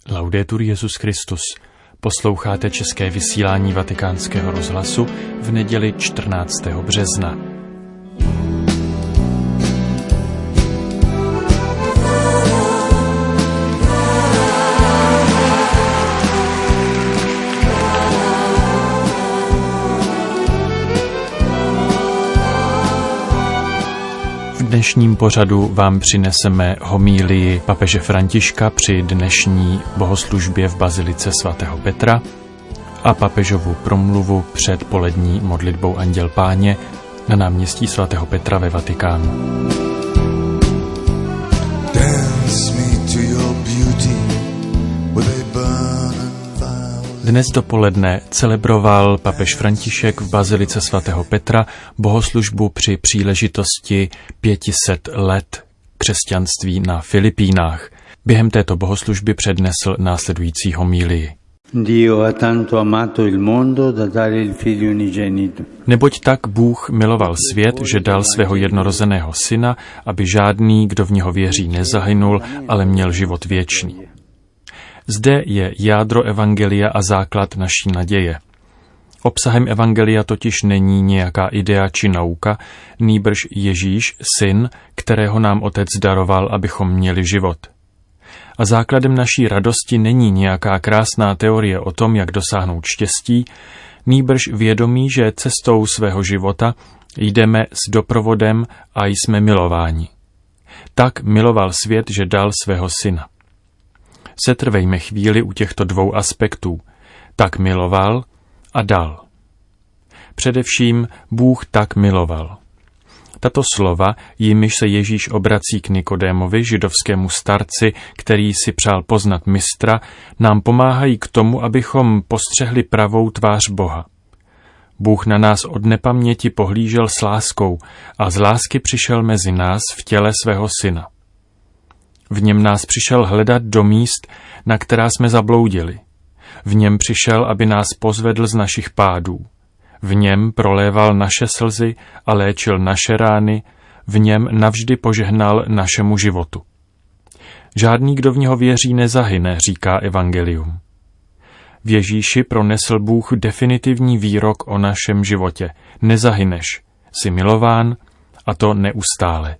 Laudetur Jesus Christus. Posloucháte české vysílání Vatikánského rozhlasu v neděli 14. března. V dnešním pořadu vám přineseme homílii papeže Františka při dnešní bohoslužbě v bazilice svatého Petra a papežovu promluvu před polední modlitbou Anděl Páně na náměstí svatého Petra ve Vatikánu. Dnes dopoledne celebroval papež František v bazilice svatého Petra bohoslužbu při příležitosti 500 let křesťanství na Filipínách. Během této bohoslužby přednesl následující homílii. Neboť tak Bůh miloval svět, že dal svého jednorozeného syna, aby žádný, kdo v něho věří, nezahynul, ale měl život věčný. Zde je jádro evangelia a základ naší naděje. Obsahem evangelia totiž není nějaká idea či nauka, nýbrž Ježíš, syn, kterého nám Otec daroval, abychom měli život. A základem naší radosti není nějaká krásná teorie o tom, jak dosáhnout štěstí, nýbrž vědomí, že cestou svého života jdeme s doprovodem a jsme milováni. Tak miloval svět, že dal svého syna. Setrvejme chvíli u těchto dvou aspektů. Tak miloval a dal. Především Bůh tak miloval. Tato slova, jimiž se Ježíš obrací k Nikodémovi, židovskému starci, který si přál poznat mistra, nám pomáhají k tomu, abychom postřehli pravou tvář Boha. Bůh na nás od nepaměti pohlížel s láskou a z lásky přišel mezi nás v těle svého syna. V něm nás přišel hledat do míst, na která jsme zabloudili. V něm přišel, aby nás pozvedl z našich pádů. V něm proléval naše slzy a léčil naše rány, v něm navždy požehnal našemu životu. Žádný, kdo v něho věří, nezahyne, říká evangelium. V Ježíši pronesl Bůh definitivní výrok o našem životě. Nezahyneš, jsi milován, a to neustále.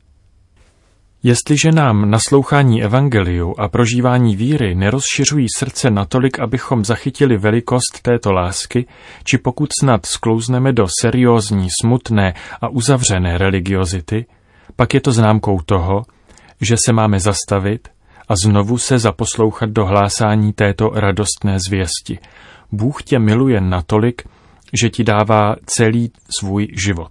Jestliže nám naslouchání evangeliu a prožívání víry nerozšiřují srdce natolik, abychom zachytili velikost této lásky, či pokud snad sklouzneme do seriózní, smutné a uzavřené religiozity, pak je to známkou toho, že se máme zastavit a znovu se zaposlouchat do hlásání této radostné zvěsti. Bůh tě miluje natolik, že ti dává celý svůj život.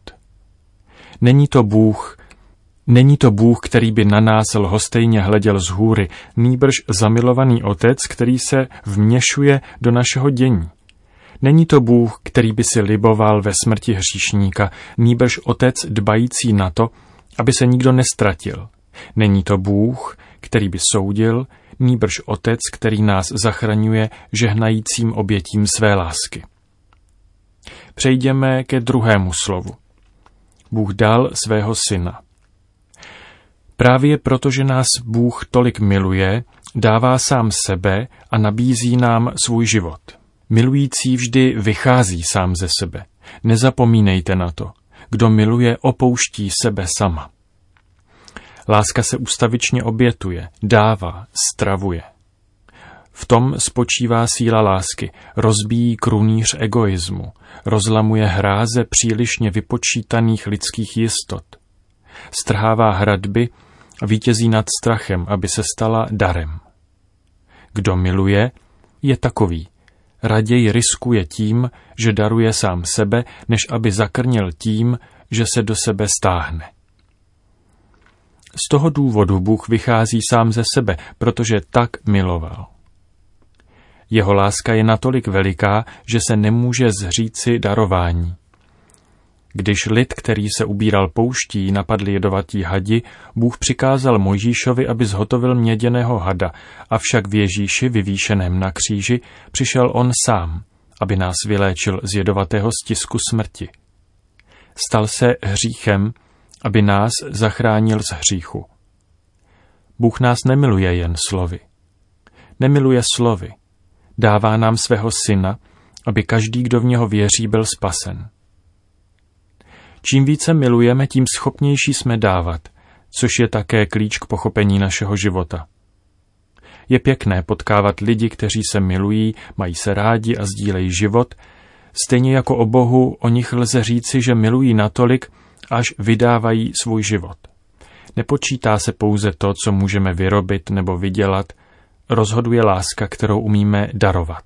Není to Bůh, který by na nás lhostejně hleděl z hůry, nýbrž zamilovaný Otec, který se vměšuje do našeho dění. Není to Bůh, který by si liboval ve smrti hříšníka, nýbrž Otec dbající na to, aby se nikdo nestratil. Není to Bůh, který by soudil, nýbrž Otec, který nás zachraňuje žehnajícím obětím své lásky. Přejdeme ke druhému slovu. Bůh dal svého syna. Právě protože nás Bůh tolik miluje, dává sám sebe a nabízí nám svůj život. Milující vždy vychází sám ze sebe. Nezapomínejte na to. Kdo miluje, opouští sebe sama. Láska se ustavičně obětuje, dává, stravuje. V tom spočívá síla lásky, rozbíjí krunýř egoismu, rozlamuje hráze přílišně vypočítaných lidských jistot. Strhává hradby a vítězí nad strachem, aby se stala darem. Kdo miluje, je takový. Raději riskuje tím, že daruje sám sebe, než aby zakrněl tím, že se do sebe stáhne. Z toho důvodu Bůh vychází sám ze sebe, protože tak miloval. Jeho láska je natolik veliká, že se nemůže zříci darování. Když lid, který se ubíral pouští, napadli jedovatí hadi, Bůh přikázal Mojžíšovi, aby zhotovil měděného hada, avšak v Ježíši, vyvýšeném na kříži, přišel on sám, aby nás vyléčil z jedovatého stisku smrti. Stal se hříchem, aby nás zachránil z hříchu. Bůh nás nemiluje jen slovy. Nemiluje slovy. Dává nám svého syna, aby každý, kdo v něho věří, byl spasen. Čím více milujeme, tím schopnější jsme dávat, což je také klíč k pochopení našeho života. Je pěkné potkávat lidi, kteří se milují, mají se rádi a sdílejí život. Stejně jako o Bohu, o nich lze říci, že milují natolik, až vydávají svůj život. Nepočítá se pouze to, co můžeme vyrobit nebo vydělat, rozhoduje láska, kterou umíme darovat.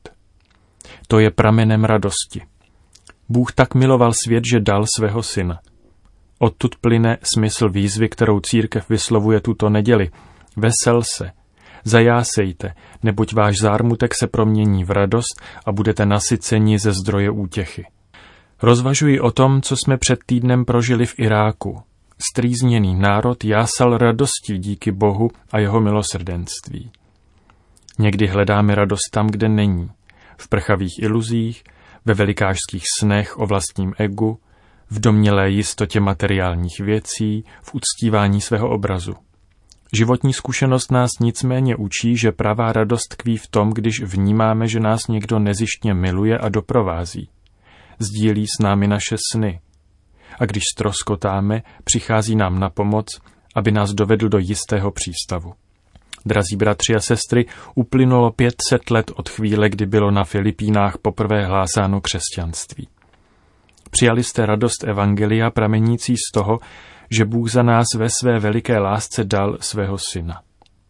To je pramenem radosti. Bůh tak miloval svět, že dal svého syna. Odtud plyne smysl výzvy, kterou církev vyslovuje tuto neděli. Vesel se, zajásejte, neboť váš zármutek se promění v radost a budete nasyceni ze zdroje útěchy. Rozvažuji o tom, co jsme před týdnem prožili v Iráku. Strýzněný národ jásal radostí díky Bohu a jeho milosrdenství. Někdy hledáme radost tam, kde není. V prchavých iluzích, ve velikářských snech o vlastním egu, v domnělé jistotě materiálních věcí, v uctívání svého obrazu. Životní zkušenost nás nicméně učí, že pravá radost tkví v tom, když vnímáme, že nás někdo nezištně miluje a doprovází. Sdílí s námi naše sny. A když ztroskotáme, přichází nám na pomoc, aby nás dovedl do jistého přístavu. Drazí bratři a sestry, uplynulo 500 let od chvíle, kdy bylo na Filipínách poprvé hlásáno křesťanství. Přijali jste radost evangelia pramenící z toho, že Bůh za nás ve své veliké lásce dal svého syna.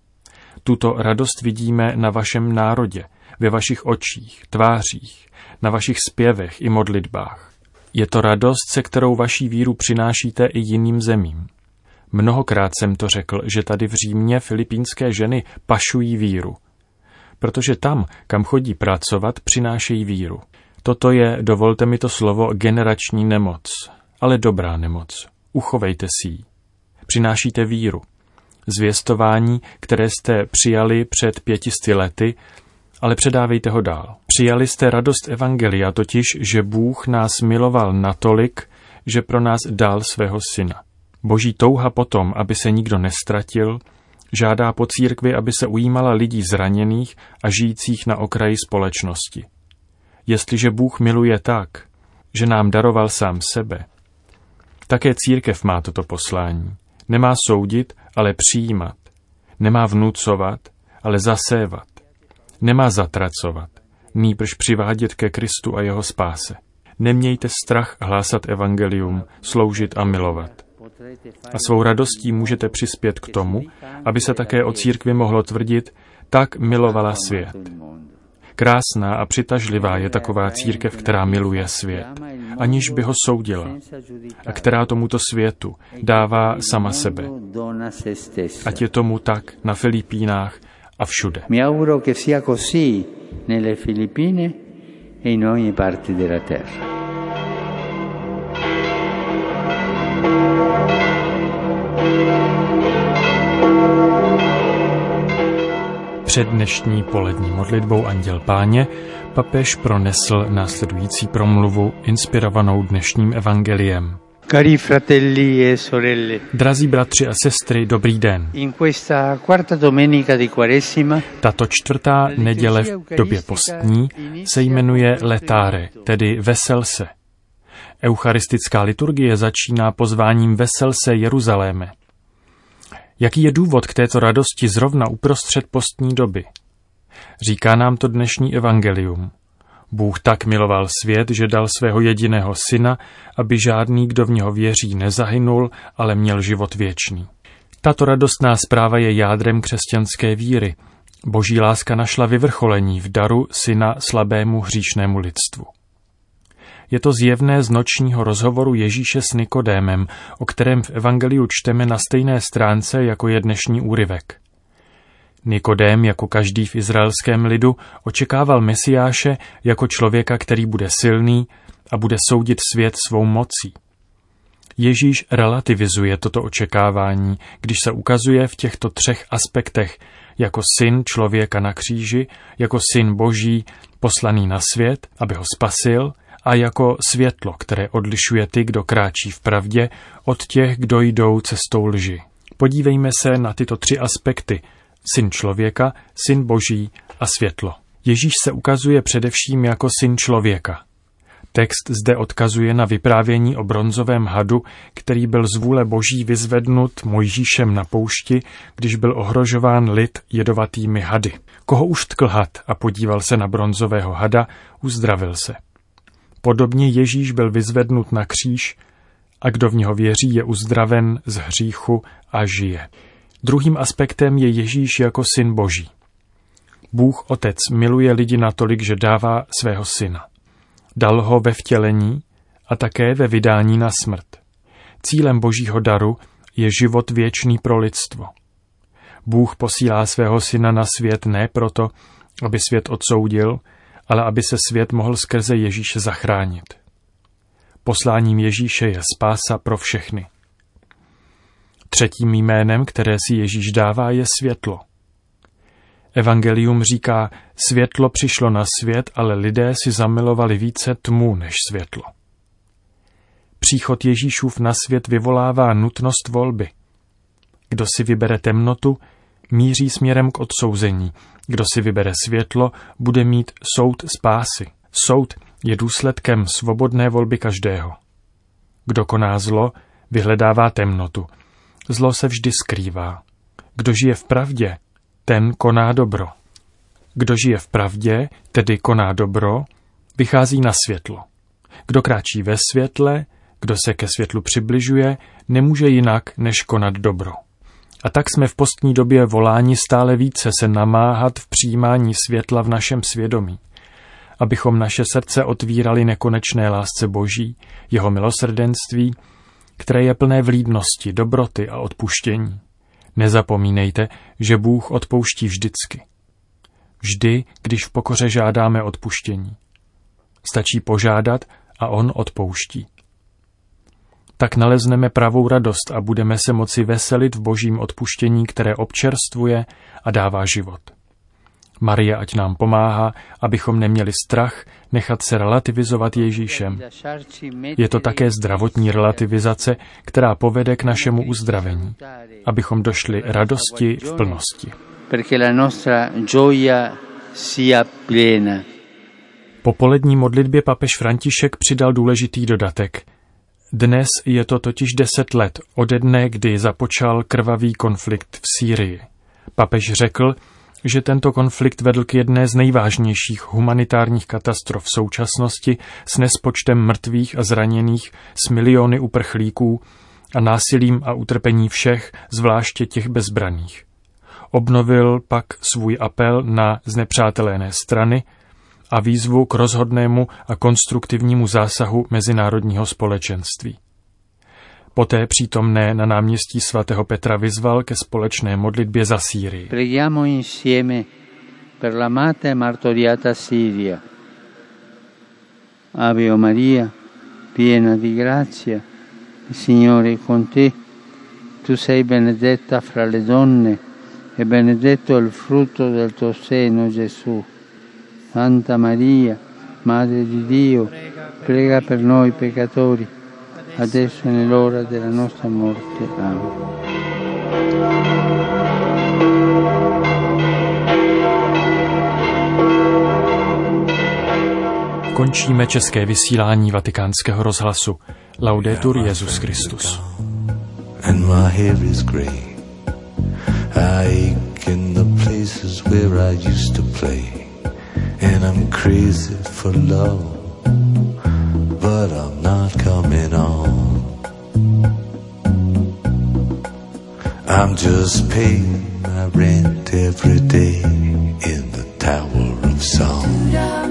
Tuto radost vidíme na vašem národě, ve vašich očích, tvářích, na vašich zpěvech i modlitbách. Je to radost, se kterou vaší víru přinášíte i jiným zemím. Mnohokrát jsem to řekl, že tady v Římě filipínské ženy pašují víru. Protože tam, kam chodí pracovat, přinášejí víru. Toto je, dovolte mi to slovo, generační nemoc, ale dobrá nemoc. Uchovejte si ji. Přinášíte víru. Zvěstování, které jste přijali před 500 lety, ale předávejte ho dál. Přijali jste radost evangelia, totiž, že Bůh nás miloval natolik, že pro nás dal svého syna. Boží touha potom, aby se nikdo nestratil, žádá po církvi, aby se ujímala lidí zraněných a žijících na okraji společnosti. Jestliže Bůh miluje tak, že nám daroval sám sebe, také církev má toto poslání. Nemá soudit, ale přijímat. Nemá vnucovat, ale zasévat. Nemá zatracovat, nýbrž přivádět ke Kristu a jeho spáse. Nemějte strach hlásat evangelium, sloužit a milovat. A svou radostí můžete přispět k tomu, aby se také o církvi mohlo tvrdit, tak milovala svět. Krásná a přitažlivá je taková církev, která miluje svět, aniž by ho soudila, a která tomuto světu dává sama sebe. Ať je tomu tak na Filipínách a všude. Mi auguro che sia così nelle Filippine e in ogni parte della terra. Před dnešní polední modlitbou Anděl Páně papež pronesl následující promluvu inspirovanou dnešním evangeliem. Cari fratelli e sorelle. Drazí bratři a sestry, dobrý den. In questa quarta domenica di Quaresima, tato čtvrtá neděle v době postní se jmenuje Letare, tedy Vesel se. Eucharistická liturgie začíná pozváním Vesel se Jeruzaléme. Jaký je důvod k této radosti zrovna uprostřed postní doby? Říká nám to dnešní evangelium. Bůh tak miloval svět, že dal svého jediného syna, aby žádný, kdo v něho věří, nezahynul, ale měl život věčný. Tato radostná zpráva je jádrem křesťanské víry. Boží láska našla vyvrcholení v daru syna slabému hříšnému lidstvu. Je to zjevné z nočního rozhovoru Ježíše s Nikodémem, o kterém v evangeliu čteme na stejné stránce, jako je dnešní úryvek. Nikodém, jako každý v izraelském lidu, očekával Mesiáše jako člověka, který bude silný a bude soudit svět svou mocí. Ježíš relativizuje toto očekávání, když se ukazuje v těchto třech aspektech jako syn člověka na kříži, jako syn Boží poslaný na svět, aby ho spasil, a jako světlo, které odlišuje ty, kdo kráčí v pravdě, od těch, kdo jdou cestou lži. Podívejme se na tyto tři aspekty. Syn člověka, syn Boží a světlo. Ježíš se ukazuje především jako syn člověka. Text zde odkazuje na vyprávění o bronzovém hadu, který byl z vůle Boží vyzvednut Mojžíšem na poušti, když byl ohrožován lid jedovatými hady. Koho uštkl had a podíval se na bronzového hada, uzdravil se. Podobně Ježíš byl vyzvednut na kříž a kdo v něho věří, je uzdraven z hříchu a žije. Druhým aspektem je Ježíš jako syn Boží. Bůh Otec miluje lidi natolik, že dává svého syna. Dal ho ve vtělení a také ve vydání na smrt. Cílem Božího daru je život věčný pro lidstvo. Bůh posílá svého syna na svět ne proto, aby svět odsoudil, ale aby se svět mohl skrze Ježíše zachránit. Posláním Ježíše je spása pro všechny. Třetím jménem, které si Ježíš dává, je světlo. Evangelium říká, světlo přišlo na svět, ale lidé si zamilovali více tmu než světlo. Příchod Ježíšův na svět vyvolává nutnost volby. Kdo si vybere temnotu, míří směrem k odsouzení. Kdo si vybere světlo, bude mít soud spásy. Soud je důsledkem svobodné volby každého. Kdo koná zlo, vyhledává temnotu. Zlo se vždy skrývá. Kdo žije v pravdě, ten koná dobro. Kdo žije v pravdě, tedy koná dobro, vychází na světlo. Kdo kráčí ve světle, kdo se ke světlu přibližuje, nemůže jinak, než konat dobro. A tak jsme v postní době voláni stále více se namáhat v přijímání světla v našem svědomí, abychom naše srdce otvírali nekonečné lásce Boží, jeho milosrdenství, které je plné vlídnosti, dobroty a odpuštění. Nezapomínejte, že Bůh odpouští vždycky. Vždy, když v pokoře žádáme odpuštění. Stačí požádat a on odpouští. Tak nalezneme pravou radost a budeme se moci veselit v Božím odpuštění, které občerstvuje a dává život. Marie ať nám pomáhá, abychom neměli strach nechat se relativizovat Ježíšem. Je to také zdravotní relativizace, která povede k našemu uzdravení, abychom došli radosti v plnosti. Po polední modlitbě papež František přidal důležitý dodatek. Dnes je to totiž 10 let ode dne, kdy započal krvavý konflikt v Sýrii. Papež řekl, že tento konflikt vedl k jedné z nejvážnějších humanitárních katastrof v současnosti s nespočtem mrtvých a zraněných, s miliony uprchlíků a násilím a utrpení všech, zvláště těch bezbraných. Obnovil pak svůj apel na znepřátelené strany a výzvu k rozhodnému a konstruktivnímu zásahu mezinárodního společenství. Poté přítomné na náměstí svatého Petra vyzval ke společné modlitbě za Sýrii. Preghiamo insieme per l'amata e martoriata Siria. Ave o Maria, piena di grazia, il Signore è con te. Tu sei benedetta fra le donne e benedetto il frutto del tuo seno, Gesù. Santa Maria, Madre di Dio, prega per noi peccatori, adesso è nell'ora della nostra morte. Amen. Končíme české vysílání Vatikánského rozhlasu. Laudetur Jesus Christus. And my hair is gray. I ache in the places where I used to play. And I'm crazy for love, but I'm not coming on. I'm just paying my rent every day in the Tower of Song.